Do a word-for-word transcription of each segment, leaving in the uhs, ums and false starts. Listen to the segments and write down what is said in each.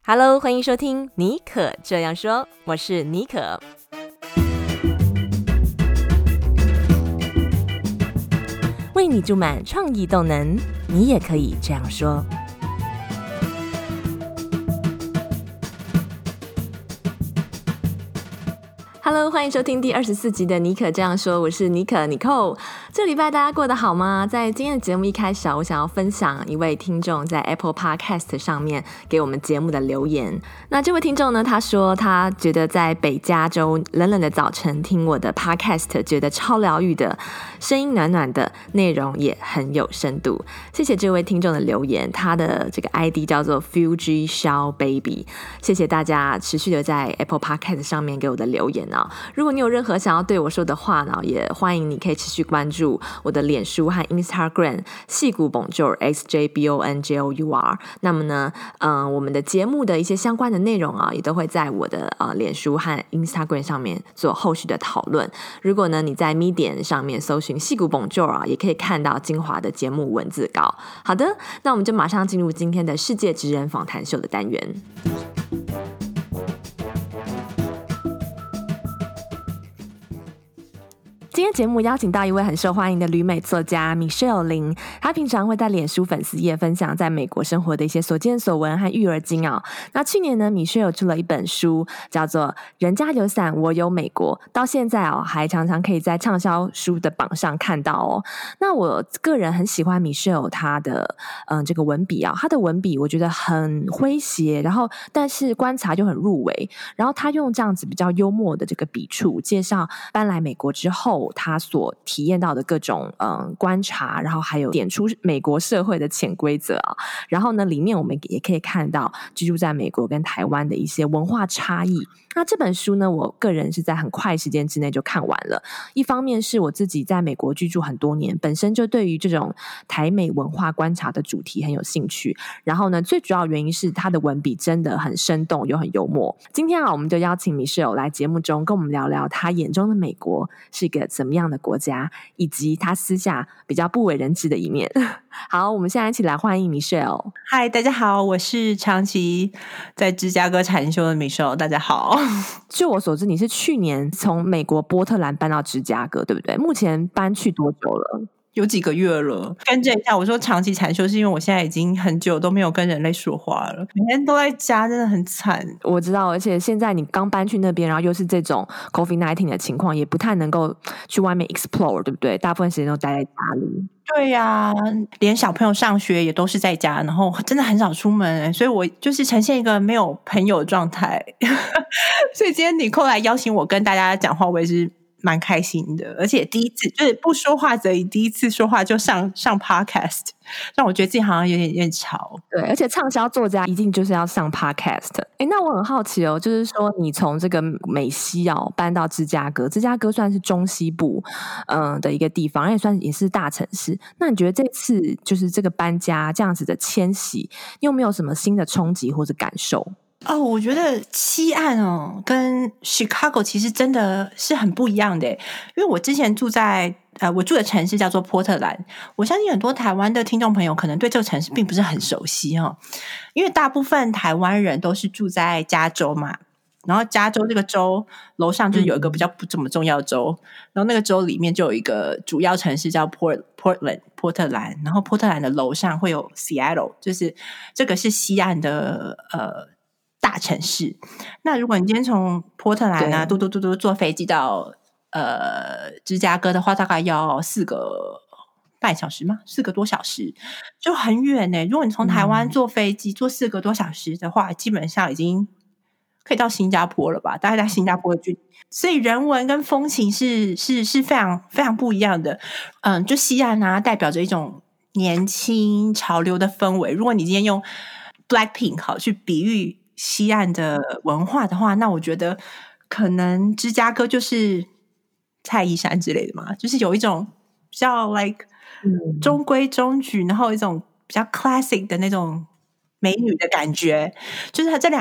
Hello， 欢迎收听妮可这样说，我是妮可。为你注满创意动能，你也可以这样说。Hello， 欢迎收听第二十四集的妮可这样说，我是妮可 Nicole。这礼拜大家过得好吗？在今天的节目一开始，我想要分享一位听众在 Apple Podcast 上面给我们节目的留言。那这位听众呢，他说他觉得在北加州冷冷的早晨听我的 Podcast 觉得超疗愈的，声音暖暖的，内容也很有深度。谢谢这位听众的留言，他的这个 I D 叫做 Fuji Shao Baby。谢谢大家持续的在 Apple Podcast 上面给我的留言。如果你有任何想要对我说的话呢，也欢迎你可以持续关注我的脸书和 Instagram 矽谷 Bonjour X J B O N J O U R。 那么呢、呃、我们的节目的一些相关的内容啊，也都会在我的、呃、脸书和 Instagram 上面做后续的讨论。如果呢你在 Medium 上面搜寻矽谷 Bonjour 啊，也可以看到精华的节目文字稿。好的，那我们就马上进入今天的世界职人访谈秀的单元。今天节目邀请到一位很受欢迎的旅美作家 Michelle 林，她平常会在脸书粉丝页分享在美国生活的一些所见所闻和育儿经哦。那去年呢 Michelle 出了一本书叫做《人家有伞我有美国》，到现在哦还常常可以在畅销书的榜上看到哦。那我个人很喜欢 Michelle 她的嗯这个文笔啊、哦，她的文笔我觉得很诙谐，然后但是观察就很入围，然后她用这样子比较幽默的这个笔触介绍搬来美国之后他所体验到的各种嗯观察，然后还有点出美国社会的潜规则啊。然后呢，里面我们也可以看到居住在美国跟台湾的一些文化差异。那这本书呢，我个人是在很快时间之内就看完了。一方面是我自己在美国居住很多年，本身就对于这种台美文化观察的主题很有兴趣。然后呢，最主要原因是他的文笔真的很生动又很幽默。今天啊，我们就邀请 Michelle 来节目中跟我们聊聊他眼中的美国是一个怎么样的国家，以及他私下比较不为人知的一面。好，我们现在一起来欢迎 Michelle。 嗨，大家好，我是长期在芝加哥禅修的 Michelle。 大家好。 据我所知，你是去年从美国波特兰搬到芝加哥，对不对？目前搬去多久了？ 有几个月了。更正一下，我说长期禅修是因为我现在已经很久都没有跟人类说话了，每天都在家，真的很惨。 我知道，而且现在你刚搬去那边，然后又是这种 COVID 十九 的情况，也不太能够去外面 explore， 对不对？大部分时间都待在家里。 对呀、啊，连小朋友上学也都是在家，然后真的很少出门，所以我就是呈现一个没有朋友的状态。所以今天Nicole来邀请我跟大家讲话，我也是蛮开心的，而且第一次就是不说话则已，第一次说话就上上 podcast， 让我觉得自己好像有点有点潮。 对，而且畅销作家一定就是要上 podcast。哎，那我很好奇哦，就是说你从这个美西哦搬到芝加哥，芝加哥算是中西部嗯、呃、的一个地方，也算也是大城市。那你觉得这次就是这个搬家这样子的迁徙，你有没有什么新的冲击或者感受？ 哦，我觉得西岸哦跟 Chicago 其实真的是很不一样的，因为我之前住在呃我住的城市叫做波特兰，我相信很多台湾的听众朋友可能对这个城市并不是很熟悉哦，因为大部分台湾人都是住在加州嘛，然后加州这个州楼上就有一个比较不怎么重要的州、嗯、然后那个州里面就有一个主要城市叫 Port, Portland 波特兰，然后波特兰的楼上会有 Seattle， 就是这个是西岸的呃大城市。那如果你今天从波特兰啊嘟嘟嘟嘟坐飞机到呃芝加哥的话，大概要四个半小时吗？四个多小时，就很远呢。如果你从台湾坐飞机、嗯、坐四个多小时的话，基本上已经可以到新加坡了吧？大概在新加坡的距离，所以人文跟风情是是是非常非常不一样的。嗯，就西岸啊，代表着一种年轻潮流的氛围。如果你今天用 Blackpink 好去比喻西岸的文化的话，那我觉得可能芝加哥就是蔡依珊之类的嘛，就是有一种比较 like 中规中矩，然后一种比较 classic 的那种美女的感觉。就是它这两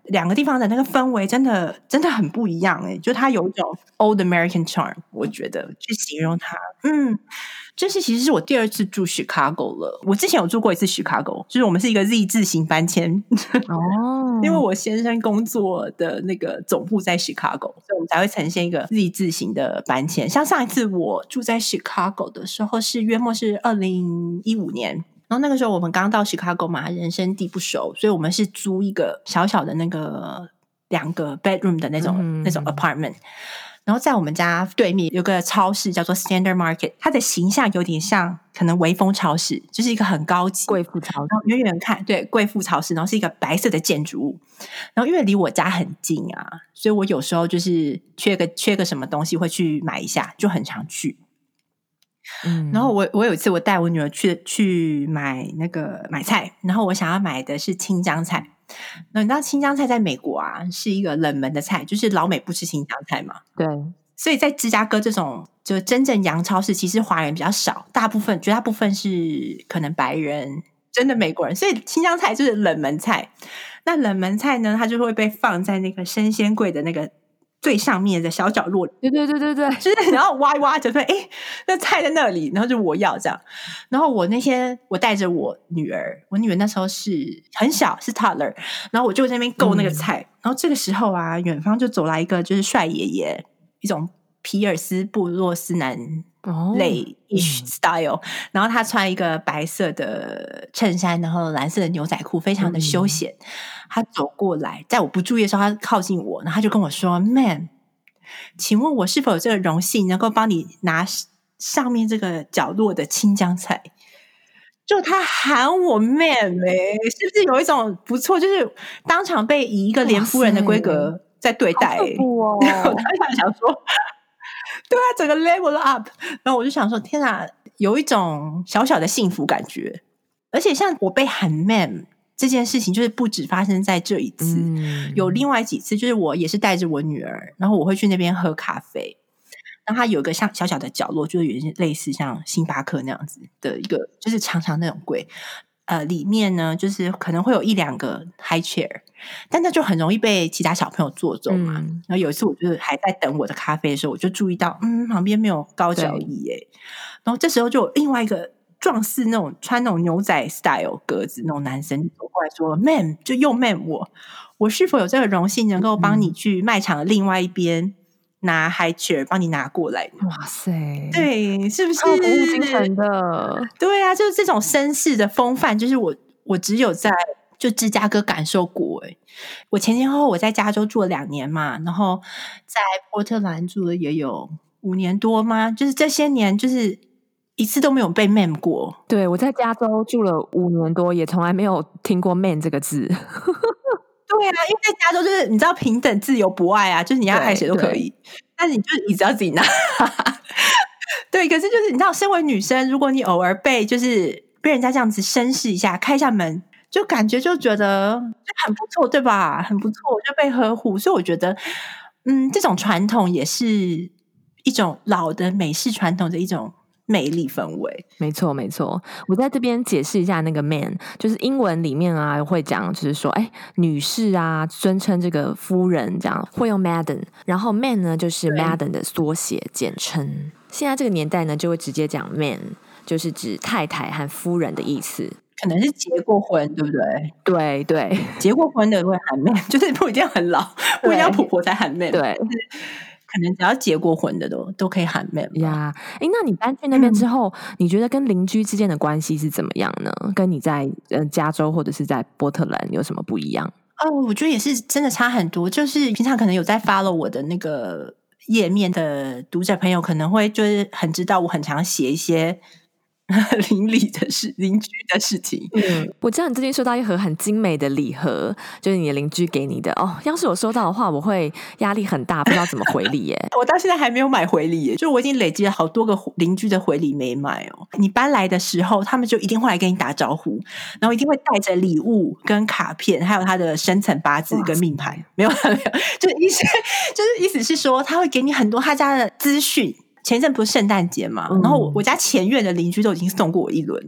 两个地方的那个氛围真的真的很不一样哎、欸，就它有一种 old American charm， 我觉得去形容它。嗯，这是其实是我第二次住 Chicago 了。我之前有住过一次 Chicago， 就是我们是一个 Z 字形搬迁哦，因为我先生工作的那个总部在 Chicago， 所以我们才会呈现一个 Z 字形的搬迁。像上一次我住在 Chicago 的时候是约莫是二零一五年。然后那个时候我们刚到 Chicago 嘛，人生地不熟，所以我们是租一个小小的那个两个 bedroom 的那种、嗯、那种 apartment。然后在我们家对面有个超市叫做 Standard Market， 它的形象有点像可能微风超市，就是一个很高级贵妇超市， 然后远远看对贵妇超市，然后是一个白色的建筑物。然后因为离我家很近啊，所以我有时候就是缺个缺个什么东西会去买一下，就很常去。嗯，然后我我有一次我带我女儿去去买那个买菜，然后我想要买的是青江菜。那你知道青江菜在美国啊是一个冷门的菜，就是老美不吃青江菜嘛。 对， 所以在芝加哥这种就真正洋超市，其实华人比较少，大部分绝大部分是可能白人，真的美国人，所以青江菜就是冷门菜。那冷门菜呢，它就会被放在那个生鲜柜的那个最上面的小角落里， 对对对对对， 就是然后挖一挖就说，哎，那菜在那里，然后就我要这样。然后我那天我带着我女儿，我女儿那时候是很小，是 toddler， 然后我就在那边够那个菜、嗯。然后这个时候啊，远方就走来一个就是帅爷爷，一种皮尔斯布洛斯南类 ish style，、哦嗯、然后他穿一个白色的衬衫，然后蓝色的牛仔裤，非常的休闲。嗯、他走过来，在我不注意的时候，他靠近我，然后他就跟我说 ：“Man， 请问我是否有这个荣幸能够帮你拿上面这个角落的青江菜？”就他喊我 man 哎、欸，是不是有一种不错？就是当场被以一个连夫人的规格在对待、欸， 哦、 我当场想说。对啊，整个 level up， 然后我就想说，天啊，有一种小小的幸福感觉。而且像我被喊 man 这件事情，就是不止发生在这一次、嗯，有另外几次，就是我也是带着我女儿，然后我会去那边喝咖啡，然后它有一个像小小的角落，就是有点类似像星巴克那样子的一个，就是长长那种柜。呃，里面呢，就是可能会有一两个 high chair， 但那就很容易被其他小朋友坐走嘛、嗯。然后有一次，我就是还在等我的咖啡的时候，我就注意到，嗯，旁边没有高脚椅耶。然后这时候就有另外一个壮士，那种穿那种牛仔 style 格子那种男生走过来说 ：“Man， 就又 man 我，我是否有这个荣幸能够帮你去卖场的另外一边？”嗯拿 high chair 帮你拿过来。 哇塞， 对，是不是超服务精神的？ 对啊，就是这种绅士的风范，就是我我只有在就芝加哥感受过。哎，我前前后后我在加州住了两年嘛，然后在波特兰住了也有五年多吗？就是这些年就是一次都没有被 man 过。 对，我在加州住了五年多，也从来没有听过 man 这个字。 对啊，因为在加州就是你知道平等自由博爱啊，就是你要爱谁都可以，但是你就是椅子要自己拿。对，可是就是你知道，身为女生，如果你偶尔被就是被人家这样子绅士一下，开一下门，就感觉就觉得就很不错，对吧？很不错，就被呵护。所以我觉得，嗯，这种传统也是一种老的美式传统的一种魅力氛围。 没错没错，我在这边解释一下那个 man， 就是英文里面啊会讲，就是说哎，女士啊尊称这个夫人这样会用 madam， 然后 man 呢就是 madam 的缩写简称。现在这个年代呢就会直接讲 man， 就是指太太和夫人的意思， 可能是结过婚，对不对？ 对对， 结过婚的会喊 man， 就是不一定很老，不一定要婆婆才喊 man， 对。 可能只要结过婚的都都可以喊 man 呀。哎，那你搬去那边之后、嗯，你觉得跟邻居之间的关系是怎么样呢？跟你在呃加州或者是在波特兰有什么不一样？ 哦，我觉得也是真的差很多。就是平常可能有在 follow 我的那个页面的读者朋友，可能会就是很知道我很常写一些邻里的事、邻居的事情。 嗯，我知道你最近收到一盒很精美的礼盒，就是你的邻居给你的哦。要是我收到的话，我会压力很大，不知道怎么回礼耶。 我到现在还没有买回礼耶，就我已经累积了好多个邻居的回礼没买哦。你搬来的时候，他们就一定会来跟你打招呼，然后一定会带着礼物跟卡片，还有他的生辰八字跟命盘。没有没有，就是意思就是意思是说，他会给你很多他家的资讯。前一阵不是圣诞节嘛、嗯，然后我家前院的邻居都已经送过我一轮了，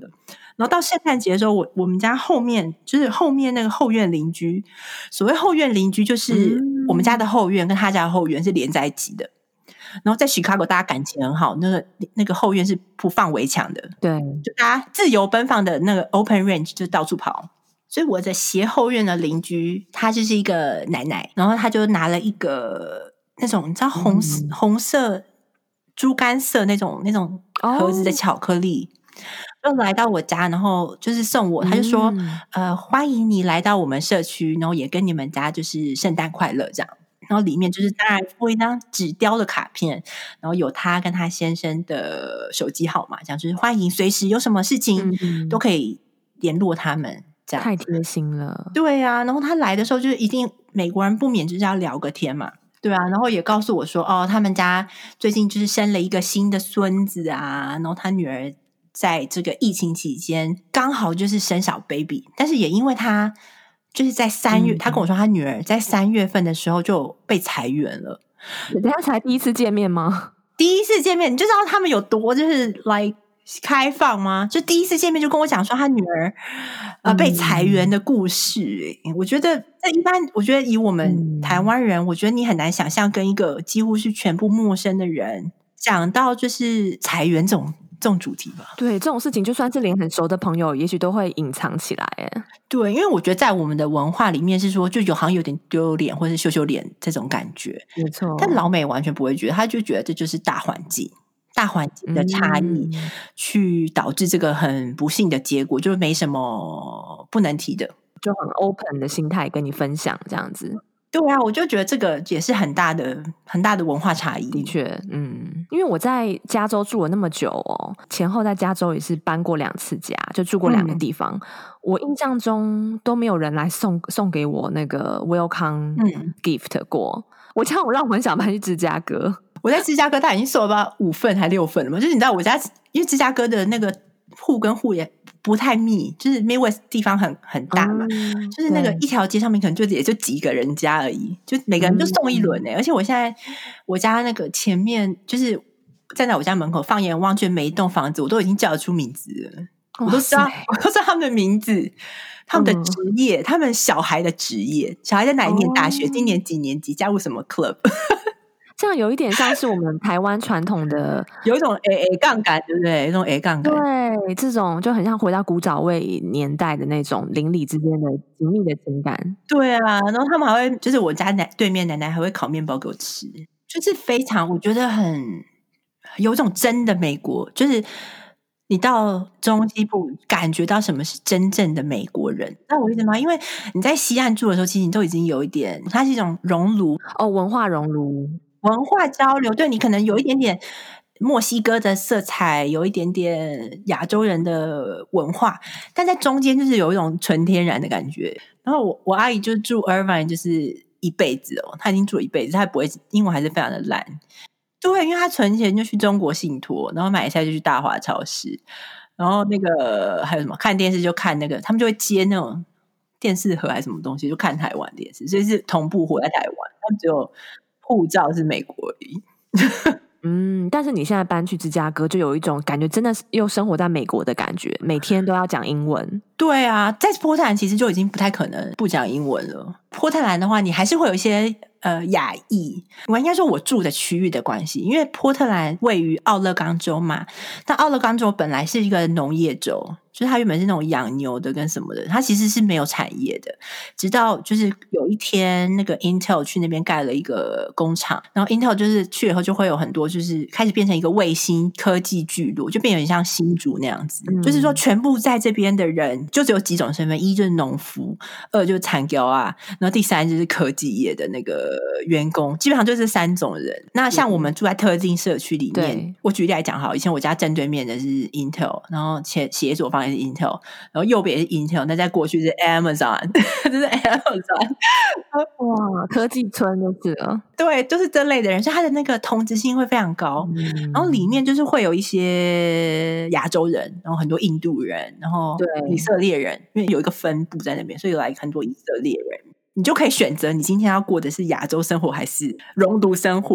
然后到圣诞节的时候，我我们家后面就是后面那个后院邻居，所谓后院邻居就是我们家的后院跟他家的后院是连在一起的。然后在 Chicago 大家感情很好，那个那个后院是不放围墙的， 对， 就大家自由奔放的那个 open range 就到处跑。所以我的斜后院的邻居她就是一个奶奶，然后她就拿了一个那种你知道红、嗯、红色猪肝色那种那种盒子的巧克力、哦、就来到我家，然后就是送我，他就说、嗯、呃，欢迎你来到我们社区，然后也跟你们家就是圣诞快乐这样。然后里面就是当然附一张纸雕的卡片，然后有他跟他先生的手机号码，这样就是欢迎随时有什么事情都可以联络他们，这样太贴心了。 对啊，然后他来的时候就是一定美国人不免就是要聊个天嘛，对啊，然后也告诉我说哦，他们家最近就是生了一个新的孙子啊，然后他女儿在这个疫情期间刚好就是生小 baby， 但是也因为他就是在三月、嗯、他跟我说他女儿在三月份的时候就被裁员了。 人家才第一次见面吗？ 第一次见面你就知道他们有多就是来开放吗？就第一次见面就跟我讲说他女儿、呃、被裁员的故事、欸、我觉得这一般我觉得以我们台湾人、嗯、我觉得你很难想象跟一个几乎是全部陌生的人讲到就是裁员这种这种主题吧。 对，这种事情就算是连很熟的朋友也许都会隐藏起来耶。 对，因为我觉得在我们的文化里面是说就有好像有点丢脸或是羞羞脸这种感觉， 没错。 但老美完全不会觉得，他就觉得这就是大环境大环境的差异、嗯、去导致这个很不幸的结果，就没什么不能提的， 就很 open 的心态跟你分享这样子。 对啊，我就觉得这个也是很大的很大的文化差异。 的确，嗯，因为我在加州住了那么久哦，前后在加州也是搬过两次家，就住过两个地方、嗯、我印象中都没有人来送送给我那个 welcome gift 过、嗯、我这样我让我很想搬去芝加哥。 我在芝加哥大概已经收到五份还六份了嘛，就是你知道我家因为芝加哥的那个户跟户也不太密，就是 Midwest 地方很很大嘛、嗯、就是那个一条街上面可能就也就几个人家而已，就每个人就送一轮、欸嗯、而且我现在我家那个前面就是站在我家门口放眼望去每一栋房子我都已经叫得出名字了，我都知道我都知道他们的名字他们的职业、嗯、他们小孩的职业，小孩在哪一年大学、哦、今年几年级加入什么 club 这样有一点像是我们台湾传统的有一种 A A 杠杆，对不对？一种 A 杠杆， 对，这种就很像回到古早味年代的那种邻里之间的紧密的情感。 对啊，然后他们还会就是我家奶对面奶奶还会烤面包给我吃，就是非常我觉得很有一种真的美国，就是你到中西部感觉到什么是真正的美国人，知道我意思吗？因为你在西岸住的时候其实你都已经有一点它是一种熔炉哦，文化熔炉文化交流，对，你可能有一点点墨西哥的色彩，有一点点亚洲人的文化，但在中间就是有一种纯天然的感觉。然后我我阿姨就住 Irvine 就是一辈子哦，她已经住了一辈子，她不会英文还是非常的烂。对，因为她存钱就去中国信托，然后买菜就去大华超市，然后那个还有什么看电视就看那个，他们就会接那种电视盒还是什么东西就看台湾电视，所以是同步活在台湾，他们只有护照是美国而已嗯，但是你现在搬去芝加哥就有一种感觉真的是又生活在美国的感觉，每天都要讲英文。 对啊，在波特兰其实就已经不太可能不讲英文了，波特兰的话你还是会有一些呃亚裔，我应该说我住的区域的关系，因为波特兰位于奥勒冈州嘛，但奥勒冈州本来是一个农业州，就是它原本是那种养牛的跟什么的，它其实是没有产业的，直到就是有一天那个 Intel 去那边盖了一个工厂，然后 Intel 就是去以后就会有很多就是开始变成一个卫星科技聚落，就变得很像新竹那样子、嗯、就是说全部在这边的人就只有几种身份，一就是农夫，二就是产销啊，然后第三就是科技业的那个员工，基本上就是三种人。那像我们住在特定社区里面，我举例来讲好，以前我家正对面的是 Intel， 然后斜左方也是 Intel， 然后右边也是 Intel， 那再过去是 Amazon 这是 Amazon 哇，科技村就是了。 对，就是这类的人，所以他的那个同质性会非常高、嗯、然后里面就是会有一些亚洲人，然后很多印度人，然后以色列人，因为有一个分布在那边，所以有来很多以色列人，你就可以选择你今天要过的是亚洲生活还是熔炉生活，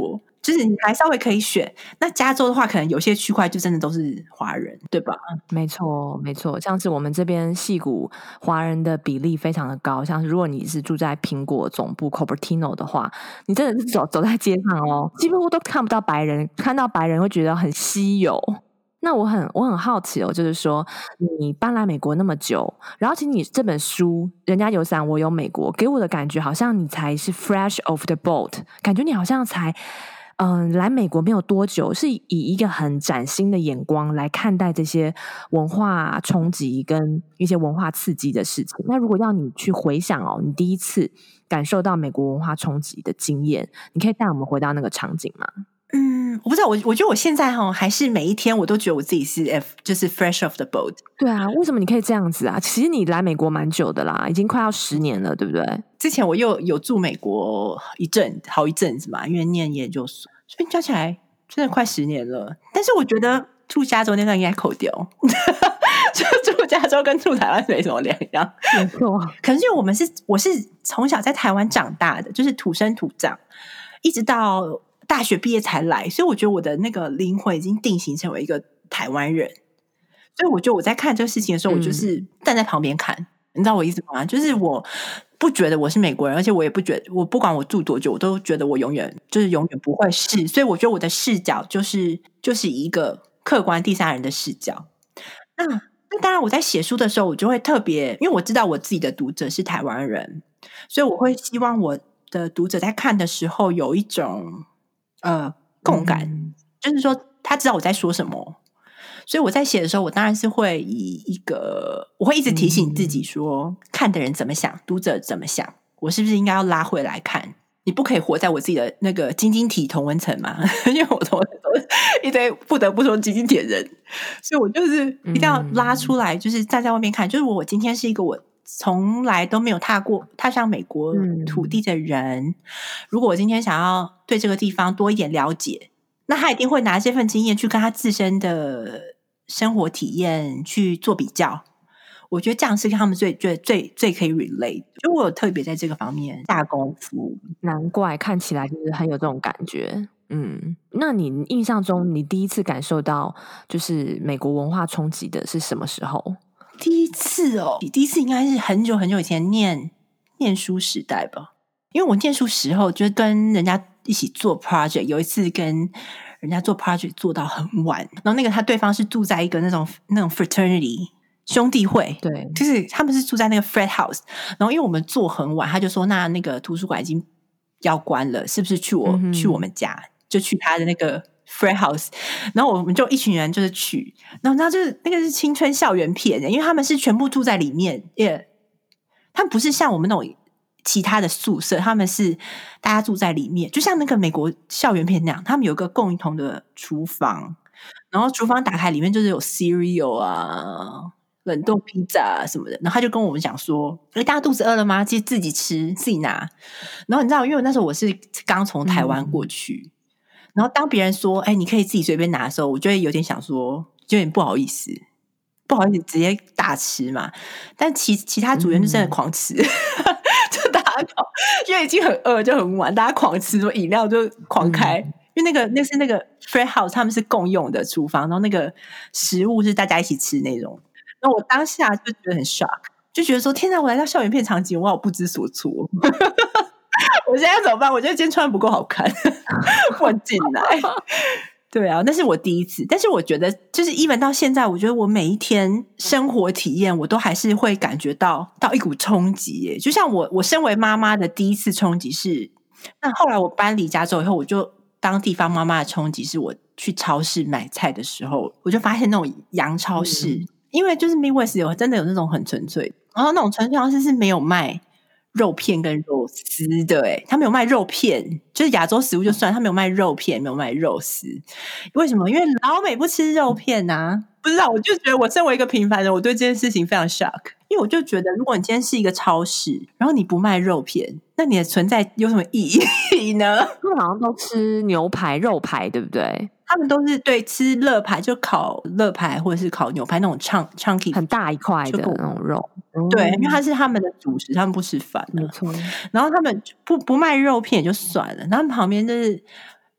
就是你还稍微可以选。那加州的话，可能有些区块就真的都是华人，对吧？ 没错，没错，像是我们这边矽谷华人的比例非常的高，像是如果你是住在苹果总部 Cupertino 的话，你真的是走走在街上哦，几乎都看不到白人，看到白人会觉得很稀有。那我很我很好奇哦，就是说你搬来美国那么久，然后其实你这本书人家有伞我有美国，给我的感觉好像你才是 fresh off the boat， 感觉你好像才嗯、呃、来美国没有多久，是以一个很崭新的眼光来看待这些文化冲击跟一些文化刺激的事情。那如果要你去回想哦，你第一次感受到美国文化冲击的经验，你可以带我们回到那个场景吗？ 嗯，我不知道，我我觉得我现在哈还是每一天我都觉得我自己是 F 就是 fresh off the boat。 对啊，为什么你可以这样子啊？其实你来美国蛮久的啦，已经快要十年了，对不对？ 之前我又有住美国一阵好一阵子嘛，因为念研究所，所以加起来真的快十年了。但是我觉得住加州那段应该扣掉，就住加州跟住台湾没什么两样。 没错， 可能是因为我们是我是从小在台湾长大的，就是土生土长，一直到大学毕业才来，所以我觉得我的那个灵魂已经定型成为一个台湾人。所以我觉得我在看这个事情的时候，我就是站在旁边看，嗯、你知道我意思吗？就是我不觉得我是美国人，而且我也不觉得，我不管我住多久，我都觉得我永远就是永远不会是。所以我觉得我的视角就是就是一个客观第三人的视角。那那当然，我在写书的时候，我就会特别，因为我知道我自己的读者是台湾人，所以我会希望我的读者在看的时候有一种呃共感，嗯、就是说他知道我在说什么。所以我在写的时候，我当然是会以一个，我会一直提醒自己说，嗯、看的人怎么想，读者怎么想，我是不是应该要拉回来看？你不可以活在我自己的那个晶晶体同温层嘛？因为我同温层都一堆不得不说晶晶体的人，所以我就是一定要拉出来，就是站在外面看。就是我今天是一个我从来都没有踏过踏上美国土地的人，嗯、如果我今天想要对这个地方多一点了解，那他一定会拿这份经验去跟他自身的生活体验去做比较。我觉得这样是跟他们最最最最可以 relate， 就我有特别在这个方面下功夫。 难怪看起来就是很有这种感觉。嗯，那你印象中你第一次感受到就是美国文化冲击的是什么时候？ 第一次哦，第一次应该是很久很久以前念念书时代吧。因为我念书时候就跟人家一起做 project， 有一次跟人家做 project 做到很晚，然后那个他对方是住在一个那种那种 fraternity 兄弟会， 对， 就是他们是住在那个 frat house， 然后因为我们做很晚，他就说那那个图书馆已经要关了，是不是去我、嗯、去我们家，就去他的那个 frat house， 然后我们就一群人就是去，然后那就是那个是青春校园片，因为他们是全部住在里面，也他们不是像我们那种其他的宿舍，他们是大家住在里面，就像那个美国校园片那样，他们有一个共同的厨房，然后厨房打开里面就是有 cereal 啊、冷冻披萨、啊、什么的，然后他就跟我们讲说，诶，大家肚子饿了吗？其实自己吃自己拿。然后你知道因为那时候我是刚从台湾过去、嗯、然后当别人说诶你可以自己随便拿的时候，我就会有点想说有点不好意思不好意思直接大吃嘛，但其其他组员就真的狂吃、嗯就大家狂，因为已经很饿就很晚，大家狂吃，说饮料就狂开、嗯、因为那个那是那个 frat house 他们是共用的厨房，然后那个食物是大家一起吃那种，然后我当下就觉得很 shock， 就觉得说天哪，我来到校园片场景我好不知所措我现在怎么办？我觉得今天穿不够好看我进来对啊，那是我第一次，但是我觉得就是 even 到现在，我觉得我每一天生活体验我都还是会感觉到到一股冲击耶。就像我我身为妈妈的第一次冲击是，那后来我搬离加州以后，我就当地方妈妈的冲击是我去超市买菜的时候，我就发现那种洋超市、嗯、因为就是 Midwest 有真的有那种很纯粹，然后那种纯粹超市是没有卖肉片跟肉丝的诶，他们有卖肉片，就是亚洲食物就算，他们有卖肉片，没有卖肉丝。为什么？因为老美不吃肉片啊！不知道，我就觉得我身为一个平凡人，我对这件事情非常 shock。因为我就觉得，如果你今天是一个超市，然后你不卖肉片，那你的存在有什么意义呢？ 他们好像都吃牛排、肉排，对不对？ 他们都是对吃乐排，就烤乐排或者是烤牛排那种 chunk chunky 很大一块的那种肉。 对，因为它是他们的主食，他们不吃饭、啊， 没错。 然后他们不不卖肉片也就算了，然后旁边就是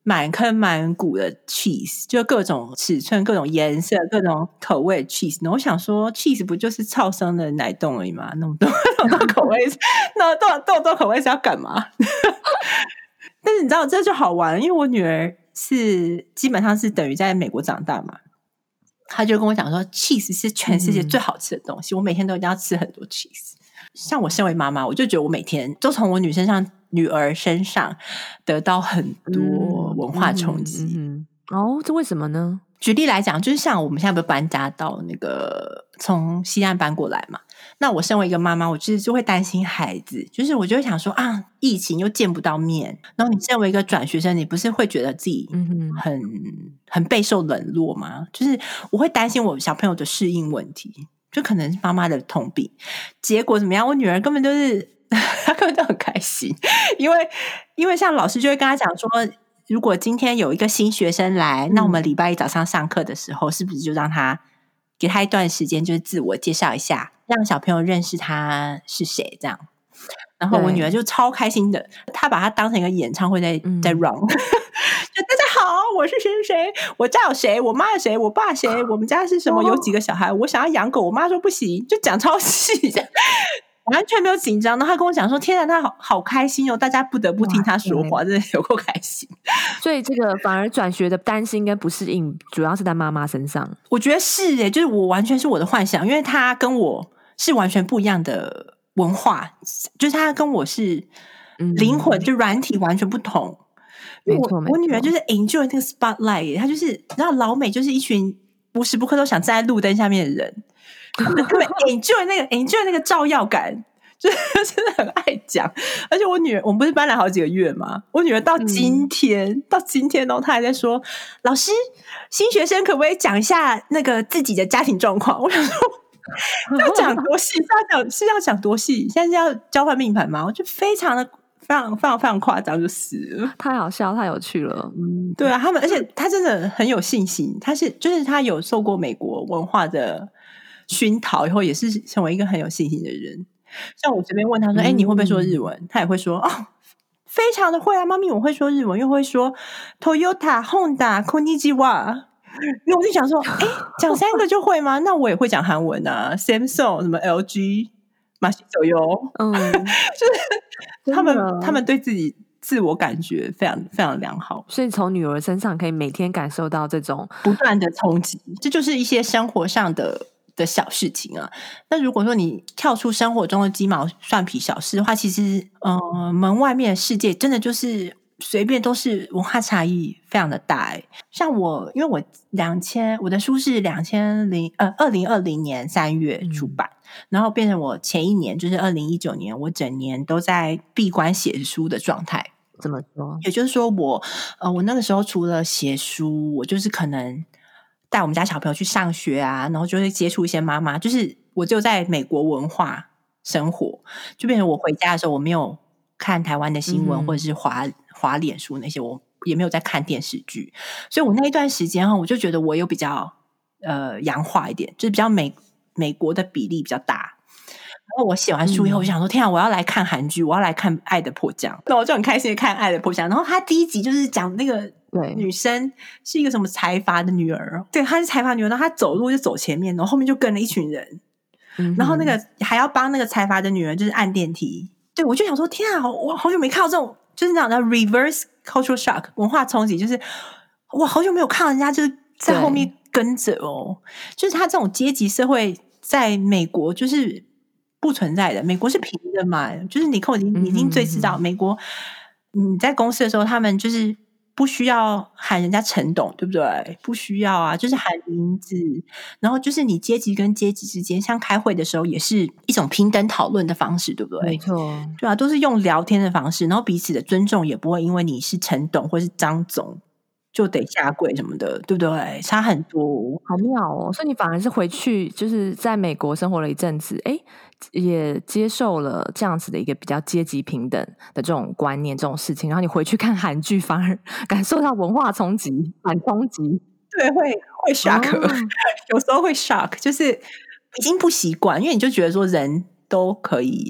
满坑满谷的 cheese， 就各种尺寸、各种颜色、各种口味的 cheese。然后我想说 cheese 不就是超生的奶冻而已吗？那么多那么多口味，那多多多口味是要干嘛？但是你知道这就好玩，因为我女儿是基本上是等于在美国长大嘛，她就跟我讲说 cheese 是全世界最好吃的东西，嗯、我每天都一定要吃很多 cheese。像我身为妈妈，我就觉得我每天都从我女身上、女儿身上得到很多文化冲击。 嗯嗯嗯、哦，这为什么呢？ 举例来讲，就是像我们现在不是搬家到那个从西岸搬过来嘛，那我身为一个妈妈，我其实就会担心孩子，就是我就会想说啊，疫情又见不到面，然后你身为一个转学生，你不是会觉得自己很、嗯、很备受冷落吗？就是我会担心我小朋友的适应问题，就可能是妈妈的通病。结果怎么样？我女儿根本就是她根本就很开心，因为因为像老师就会跟她讲说，如果今天有一个新学生来，那我们礼拜一早上上课的时候，是不是就让他给他一段时间，就是自我介绍一下，让小朋友认识他是谁这样。然后我女儿就超开心的，她把它当成一个演唱会在、嗯、在 run 就大家好，我是谁谁谁，我家有谁，我妈有谁，我爸谁，我们家是什么，有几个小孩，我想要养狗，我妈说不行，就讲超细的完全没有紧张。然后他跟我讲说天啊，他好好开心哦，大家不得不听他说话，真的有够开心。 所以这个反而转学的担心跟不适应主要是在妈妈身上。 我觉得是耶，就是我完全是我的幻想，因为他跟我是完全不一样的文化，就是他跟我是灵魂、嗯、就软体完全不同。 没错， 我女儿就是 enjoy 那个 spotlight， 她就是然后老美就是一群无时不刻都想站在路灯下面的人，他们 enjoy 那个 enjoy 那个照耀感，就是真的很爱讲。而且我女儿，我们不是搬来好几个月吗？我女儿到今天、嗯、到今天哦，她还在说老师，新学生可不可以讲一下那个自己的家庭状况？我想说要讲多细，是要讲是要讲多细？现在是要交换命盘吗？我就非常的非常非常非常夸张，就是了太好笑太有趣了。 嗯，对啊，他们而且他真的很有信心，他是就是他有受过美国文化的熏陶以后，也是成为一个很有信心的人。像我这边问他说哎、嗯欸，你会不会说日文？他也会说哦，非常的会啊，妈咪我会说日文，又会说 Toyota Honda Konnichiwa。因为我就想说哎，讲三个就会吗？那我也会讲韩文啊， Samsung 什么 L G 马西手游，嗯，就是他们他们对自己自我感觉非常非常良好， 所以从女儿身上可以每天感受到这种不断的冲击，这就是一些生活上的的小事情啊。那如果说你跳出生活中的鸡毛蒜皮小事的话，其实呃，门外面的世界真的就是随便都是文化差异非常的大、欸、像我因为我两千我的书是两千零呃二零二零年三月出版、嗯，然后变成我前一年就是二零一九年，我整年都在闭关写书的状态。 怎么说？ 也就是说我呃，我那个时候除了写书，我就是可能带我们家小朋友去上学啊，然后就会接触一些妈妈，就是我就在美国文化生活，就变成我回家的时候我没有看台湾的新闻、嗯、或者是滑滑脸书那些，我也没有在看电视剧，所以我那一段时间我就觉得我有比较呃洋化一点，就是比较美美国的比例比较大。然后我写完书以后，我想说、嗯、天啊，我要来看韩剧，我要来看《爱的迫降》，那我就很开心的看《爱的迫降》。然后他第一集就是讲那个女生是一个什么财阀的女儿，对，她是财阀女儿，然后她走路就走前面，然后后面就跟了一群人、嗯、然后那个还要帮那个财阀的女儿就是按电梯。对，我就想说天啊，我好久没看到这种就是那种的 reverse cultural shock 文化冲击，就是我好久没有看到人家就是在后面跟着哦，就是他这种阶级社会在美国就是不存在的，美国是平的嘛，就是你扣已经已经最知道、嗯、美国你在公司的时候他们就是不需要喊人家陈董，对不对？不需要啊，就是喊名字，然后就是你阶级跟阶级之间像开会的时候也是一种平等讨论的方式，对不对？ 没错，对啊，都是用聊天的方式，然后彼此的尊重也不会因为你是陈董或是张总就得下跪什么的，对不对？差很多， 好妙哦！所以你反而是回去就是在美国生活了一阵子，哎，也接受了这样子的一个比较阶级平等的这种观念、这种事情，然后你回去看韩剧，反而感受到文化冲击、反冲击， 对，会会 shock，、哦、有时候会 shock， 就是已经不习惯，因为你就觉得说人都可以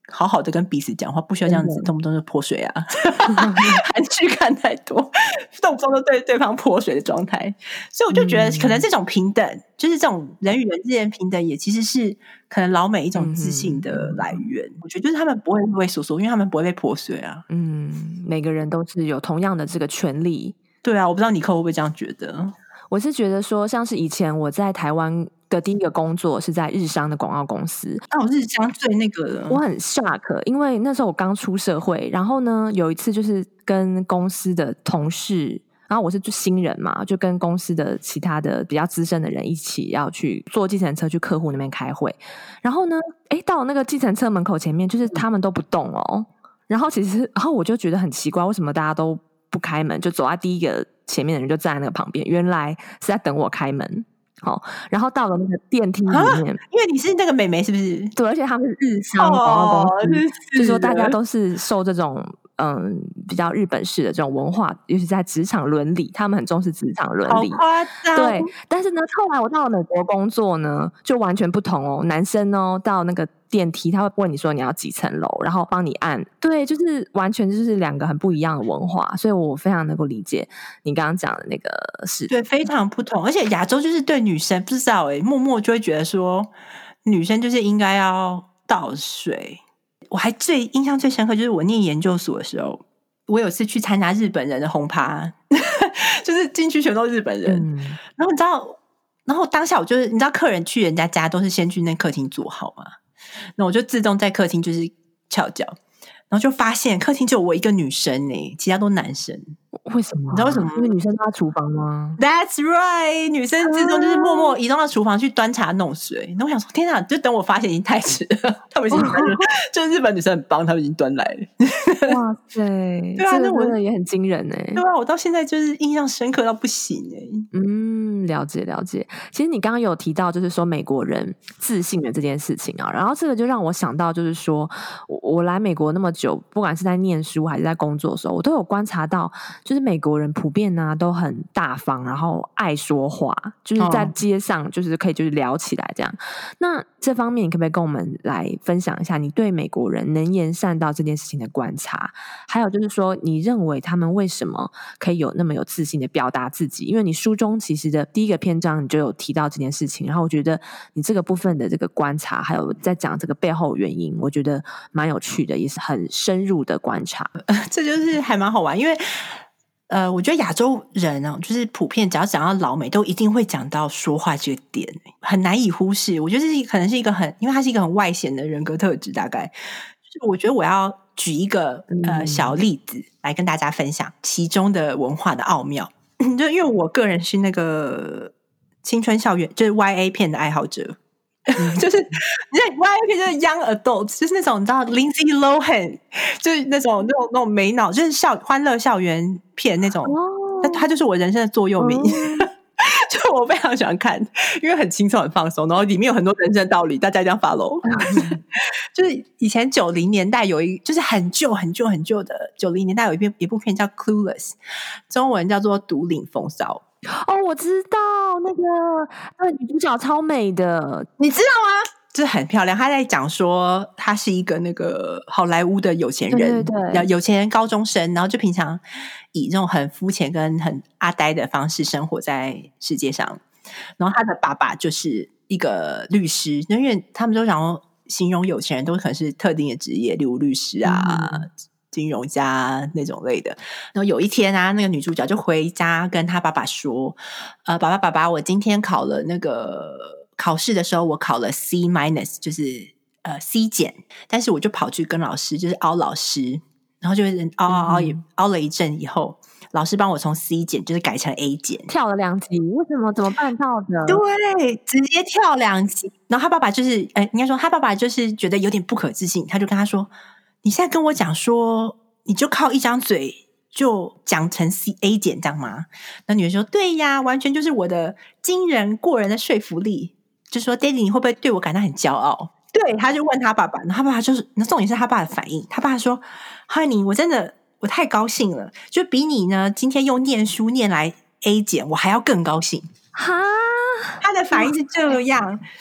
好好的跟彼此讲话，不需要这样子动不动就泼水啊韩剧看太多动不动就对对方泼水的状态。所以我就觉得可能这种平等、嗯、就是这种人与人之间平等也其实是可能老美一种自信的来源、嗯、我觉得就是他们不会畏畏缩缩，因为他们不会被泼水啊。 嗯，每个人都是有同样的这个权利。 对啊，我不知道尼克会不会这样觉得。 我是觉得说像是以前我在台湾的第一个工作是在日商的广告公司。 哦，日商最那个了。 我很 shock， 因为那时候我刚出社会，然后呢有一次就是跟公司的同事，然后我是就新人嘛，就跟公司的其他的比较资深的人一起要去坐计程车去客户那边开会。然后呢诶到那个计程车门口前面，就是他们都不动哦。然后其实然后我就觉得很奇怪，为什么大家都不开门，就走在第一个前面的人就站在那个旁边，原来是在等我开门。好，然后到了那个电梯里面， 因为你是那个妹妹是不是？ 对，而且他们是日商广告公司， 哦、 就说大家都是受这种嗯比较日本式的这种文化，尤其在职场伦理，他们很重视职场伦理。 好夸张。 对，但是呢，后来我到了美国工作呢，就完全不同哦。男生哦，到那个电梯他会问你说你要几层楼，然后帮你按。对，就是完全就是两个很不一样的文化，所以我非常能够理解你刚刚讲的那个事。 对，非常不同。而且亚洲就是对女生不知道诶，默默就会觉得说女生就是应该要倒水。我还最印象最深刻就是我念研究所的时候，我有次去参加日本人的轰趴就是进去全都日本人、嗯、然后你知道，然后当下我就是你知道客人去人家家都是先去那客厅坐好嘛，那我就自动在客厅就是翘脚，然后就发现客厅只有我一个女生耶，其他都男生。 为什么、啊？ 你知道为什么？ 因为女生都在厨房吗？ That's right， 女生自动就是默默移动到厨房去端茶弄水。那、啊、我想说天哪，就等我发现已经太迟了，他们已经端了就是日本女生很棒，他们已经端来了。 哇塞，对啊，这个真的也很惊人耶。 对啊，我到现在就是印象深刻到不行耶。 嗯，了解了解。其实你刚刚有提到就是说美国人自信的这件事情啊，然后这个就让我想到就是说我我来美国那么久，不管是在念书还是在工作的时候，我都有观察到就是美国人普遍啊都很大方，然后爱说话，就是在街上就是可以就是聊起来这样、哦、那这方面你可不可以跟我们来分享一下你对美国人能言善道这件事情的观察，还有就是说你认为他们为什么可以有那么有自信的表达自己？因为你书中其实的第一个篇章你就有提到这件事情，然后我觉得你这个部分的这个观察还有在讲这个背后原因，我觉得蛮有趣的，也是很深入的观察、 呃、这就是还蛮好玩。因为呃，我觉得亚洲人呢、啊，就是普遍只要讲到老美，都一定会讲到说话这个点，很难以忽视。我觉得这是可能是一个很，因为它是一个很外显的人格特质，大概就是我觉得我要举一个呃小例子来跟大家分享其中的文化的奥妙。就因为我个人是那个青春校园，就是 Y A 片的爱好者。就是你在 Y A 片就是 young adults， 就是那种你知道 Lindsay Lohan， 就是那种那种那种美脑，就是校欢乐校园片那种，那、哦、他就是我人生的座右铭。哦就我非常喜欢看，因为很轻松很放松，然后里面有很多人生道理，大家一定要 follow。就是以前九零年代有一，就是很旧很旧很旧的九零年代有一部一部片叫 Clueless， 中文叫做独领风骚。 哦，我知道那个那个女主角超美的， 你知道吗？就是很漂亮。她在讲说，她是一个那个好莱坞的有钱人， 对对对， 有钱人高中生，然后就平常以这种很肤浅跟很阿呆的方式生活在世界上。然后他的爸爸就是一个律师，因为他们都想要形容有钱人都可能是特定的职业，例如律师啊。嗯，金融家那种类的。然后有一天啊，那个女主角就回家跟她爸爸说，呃，爸爸爸爸，我今天考了那个考试的时候我考了 C minus， 就是呃 C 减，但是我就跑去跟老师就是凹老师，然后就凹凹凹凹了一阵以后，老师帮我从 C 减就是改成 A 减， 跳了两级。为什么？怎么办到的？ 对，直接跳两级。然后他爸爸就是呃应该说他爸爸就是觉得有点不可置信，他就跟他说，你现在跟我讲说你就靠一张嘴就讲成 C A 减这样吗？那女人说对呀，完全就是我的惊人过人的说服力，就说 Daddy 你会不会对我感到很骄傲？对，他就问他爸爸，然后他爸爸就是那重点是他爸的反应，他爸说 Honey 我真的我太高兴了，就比你呢今天用念书念来 A 减我还要更高兴。 哈， 他的反应是这样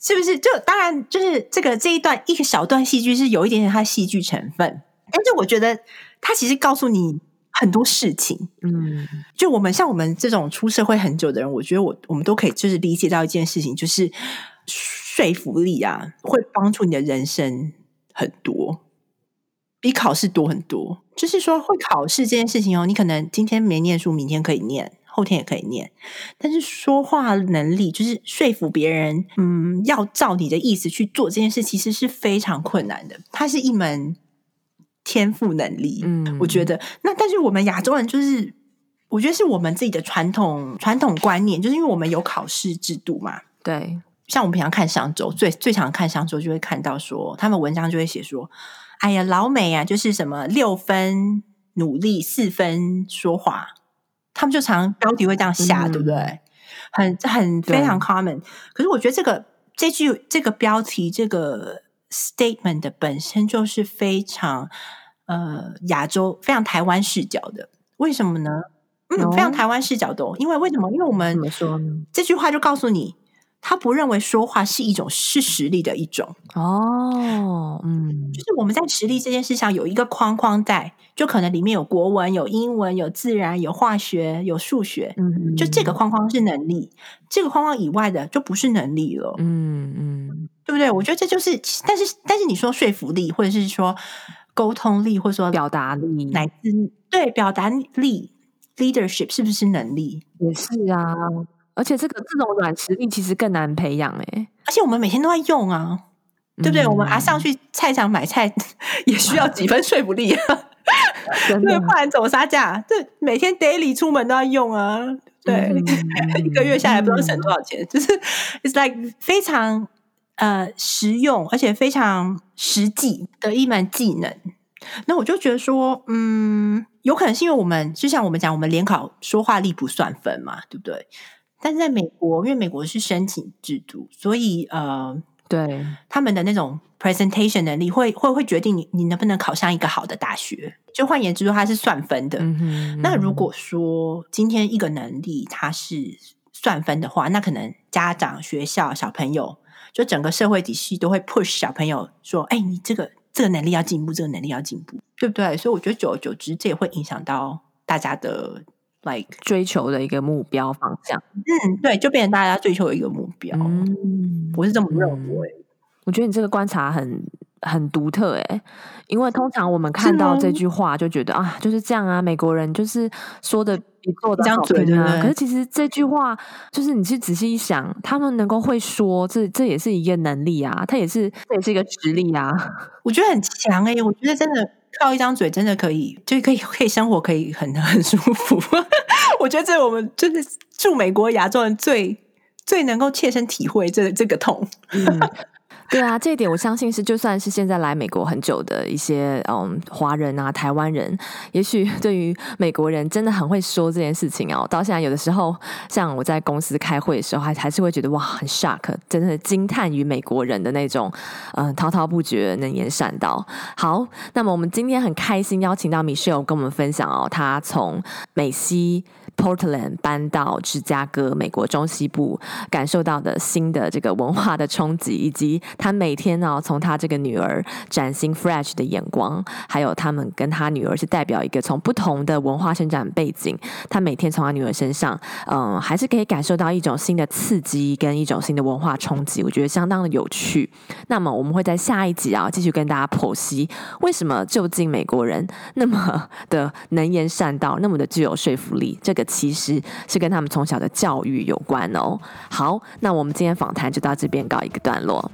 是不是？就当然就是这个这一段一个小段戏剧是有一点点它的戏剧成分，但是我觉得它其实告诉你很多事情。嗯，就我们像我们这种出社会很久的人，我觉得我我们都可以就是理解到一件事情，就是说服力啊，会帮助你的人生很多，比考试多很多。就是说会考试这件事情哦，你可能今天没念书，明天可以念，后天也可以念，但是说话能力就是说服别人嗯，要照你的意思去做这件事，其实是非常困难的，它是一门天赋能力。嗯，我觉得那但是我们亚洲人就是我觉得是我们自己的传统传统观念，就是因为我们有考试制度嘛。 对， 像我们平常看商周最最常看商周就会看到说他们文章就会写说哎呀老美啊就是什么六分努力四分说话，他们就常标题会这样下、嗯、对不对？很很非常 common。 可是我觉得这个这句这个标题这个 statement 的本身就是非常呃亚洲非常台湾视角的。为什么呢？嗯，非常台湾视角的、哦、因为为什么？因为我们怎么说呢？ 这句话就告诉你他不认为说话是一种是实力的一种哦，嗯， 就是我们在实力这件事上有一个框框在，就可能里面有国文有英文有自然有化学有数学，嗯，就这个框框是能力，这个框框以外的就不是能力了，嗯嗯，对不对？我觉得这就是但是但是你说说服力或者是说沟通力或者说表达力乃至对表达力 leadership 是不是能力？ 也是啊，而且这个这种软实力其实更难培养欸， 而且我们每天都在用啊，对不对？嗯、我们啊上去菜场买菜也需要几分说服力啊，对，不然走杀价，对，每天 daily 出门都要用啊，对，嗯、一个月下来不知道省多少钱，嗯、就是 it's like 非常呃实用而且非常实际的一门技能。那我就觉得说，嗯，有可能是因为我们就像我们讲，我们联考说话力不算分嘛，对不对？但是在美国，因为美国是申请制度，所以呃， 对他们的那种 presentation 能力会会会决定你你能不能考上一个好的大学。就换言之说，它是算分的。嗯哼嗯哼，那如果说今天一个能力它是算分的话，那可能家长、学校、小朋友，就整个社会体系都会 push 小朋友说：“哎，你这个这个能力要进步，这个能力要进步，对不对？”所以我觉得久而久之，这也会影响到大家的。like 追求的一个目标方向， 嗯，对，就变成大家追求的一个目标，嗯，我是这么认为。嗯、 我觉得你这个观察很很独特诶，因为通常我们看到这句话就觉得啊，就是这样啊，美国人就是说的比做的好听啊。可是其实这句话就是你去仔细一想，他们能够会说，这这也是一个能力啊，它也是这也是一个实力啊。 我觉得很强诶，我觉得真的。靠一张嘴真的可以，就可以可以生活，可以很很舒服。我觉得这我们就是住美国亚洲人最最能够切身体会这这个痛。嗯， 对啊，这一点我相信是，就算是现在来美国很久的一些嗯华人啊、台湾人，也许对于美国人真的很会说这件事情哦。到现在有的时候，像我在公司开会的时候，还还是会觉得哇，很 shock， 真的惊叹于美国人的那种嗯滔滔不绝、能言善道。好，那么我们今天很开心邀请到 Michelle 跟我们分享哦，她从美西 Portland 搬到芝加哥，美国中西部，感受到的新的这个文化的冲击，以及他每天呢、哦，从他这个女儿崭新 fresh 的眼光，还有他们跟他女儿是代表一个从不同的文化生长背景，他每天从他女儿身上，嗯，还是可以感受到一种新的刺激跟一种新的文化冲击，我觉得相当的有趣。那么我们会在下一集啊，继续跟大家剖析为什么究竟美国人那么的能言善道，那么的具有说服力，这个其实是跟他们从小的教育有关哦。好，那我们今天访谈就到这边告一个段落。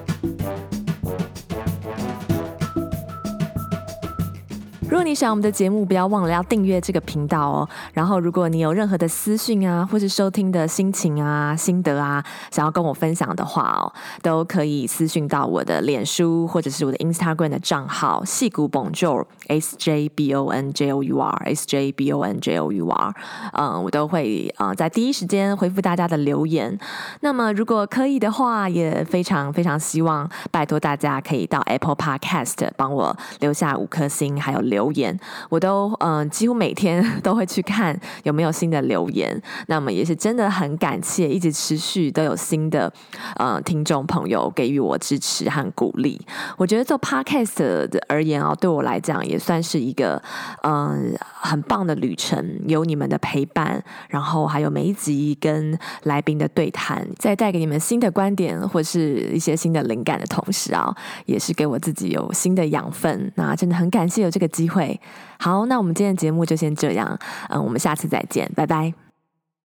如果你喜欢我们的节目，不要忘了要订阅这个频道哦。然后，如果你有任何的私讯啊，或是收听的心情啊、心得啊，想要跟我分享的话哦，都可以私讯到我的脸书或者是我的 Instagram 的账号矽谷 Bonjour S J B O N J O U R S J B O N J O U R， 嗯，我都会呃在第一时间回复大家的留言。那么，如果可以的话，也非常非常希望拜托大家可以到 Apple Podcast 帮我留下五颗星，还有留留言，我都嗯、呃、几乎每天都会去看有没有新的留言。那么也是真的很感谢，一直持续都有新的呃听众朋友给予我支持和鼓励。我觉得做 podcast 的而言啊，对我来讲也算是一个嗯、呃、很棒的旅程，有你们的陪伴，然后还有每一集跟来宾的对谈，再带给你们新的观点或是一些新的灵感的同时啊，也是给我自己有新的养分。那真的很感谢有这个机会。好，那我们今天的节目就先这样，嗯，我们下次再见，拜拜。